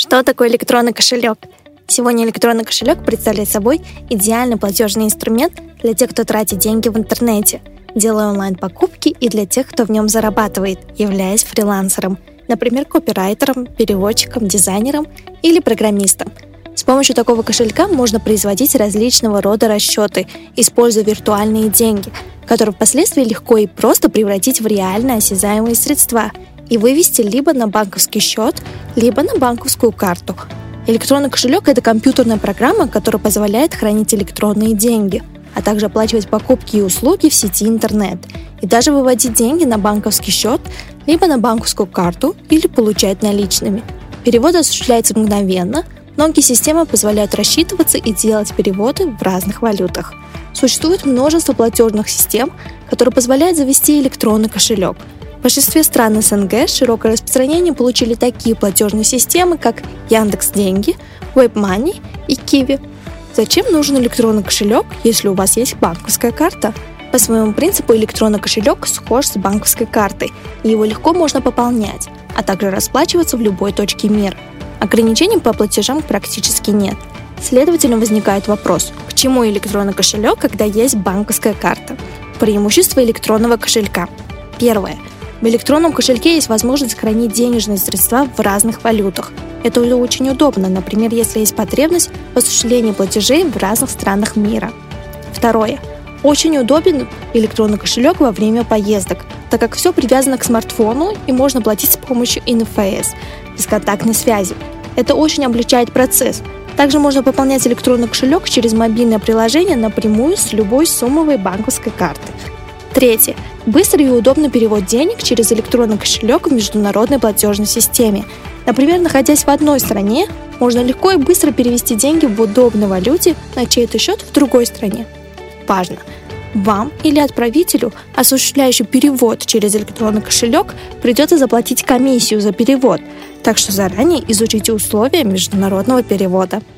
Что такое электронный кошелек? Сегодня электронный кошелек представляет собой идеальный платежный инструмент для тех, кто тратит деньги в интернете, делая онлайн-покупки, и для тех, кто в нем зарабатывает, являясь фрилансером, например, копирайтером, переводчиком, дизайнером или программистом. С помощью такого кошелька можно производить различного рода расчеты, используя виртуальные деньги, которые впоследствии легко и просто превратить в реально осязаемые средства и вывести либо на банковский счет, либо на банковскую карту. Электронный кошелек – это компьютерная программа, которая позволяет хранить электронные деньги, а также оплачивать покупки и услуги в сети интернет, и даже выводить деньги на банковский счет, либо на банковскую карту или получать наличными. Перевод осуществляется мгновенно, многие системы позволяют рассчитываться и делать переводы в разных валютах. Существует множество платежных систем, которые позволяют завести электронный кошелек. В большинстве стран СНГ широкое распространение получили такие платежные системы, как Яндекс.Деньги, WebMoney и Kiwi. Зачем нужен электронный кошелек, если у вас есть банковская карта? По своему принципу электронный кошелек схож с банковской картой, и его легко можно пополнять, а также расплачиваться в любой точке мира. Ограничений по платежам практически нет. Следовательно, возникает вопрос, к чему электронный кошелек, когда есть банковская карта? Преимущества электронного кошелька. Первое. В электронном кошельке есть возможность хранить денежные средства в разных валютах. Это очень удобно, например, если есть потребность в осуществлении платежей в разных странах мира. Второе. Очень удобен электронный кошелек во время поездок, так как все привязано к смартфону и можно платить с помощью НФС, бесконтактной связи. Это очень облегчает процесс. Также можно пополнять электронный кошелек через мобильное приложение напрямую с любой суммовой банковской карты. Третье. Быстрый и удобный перевод денег через электронный кошелек в международной платежной системе. Например, находясь в одной стране, можно легко и быстро перевести деньги в удобной валюте на чей-то счет в другой стране. Важно! Вам или отправителю, осуществляющему перевод через электронный кошелек, придется заплатить комиссию за перевод, так что заранее изучите условия международного перевода.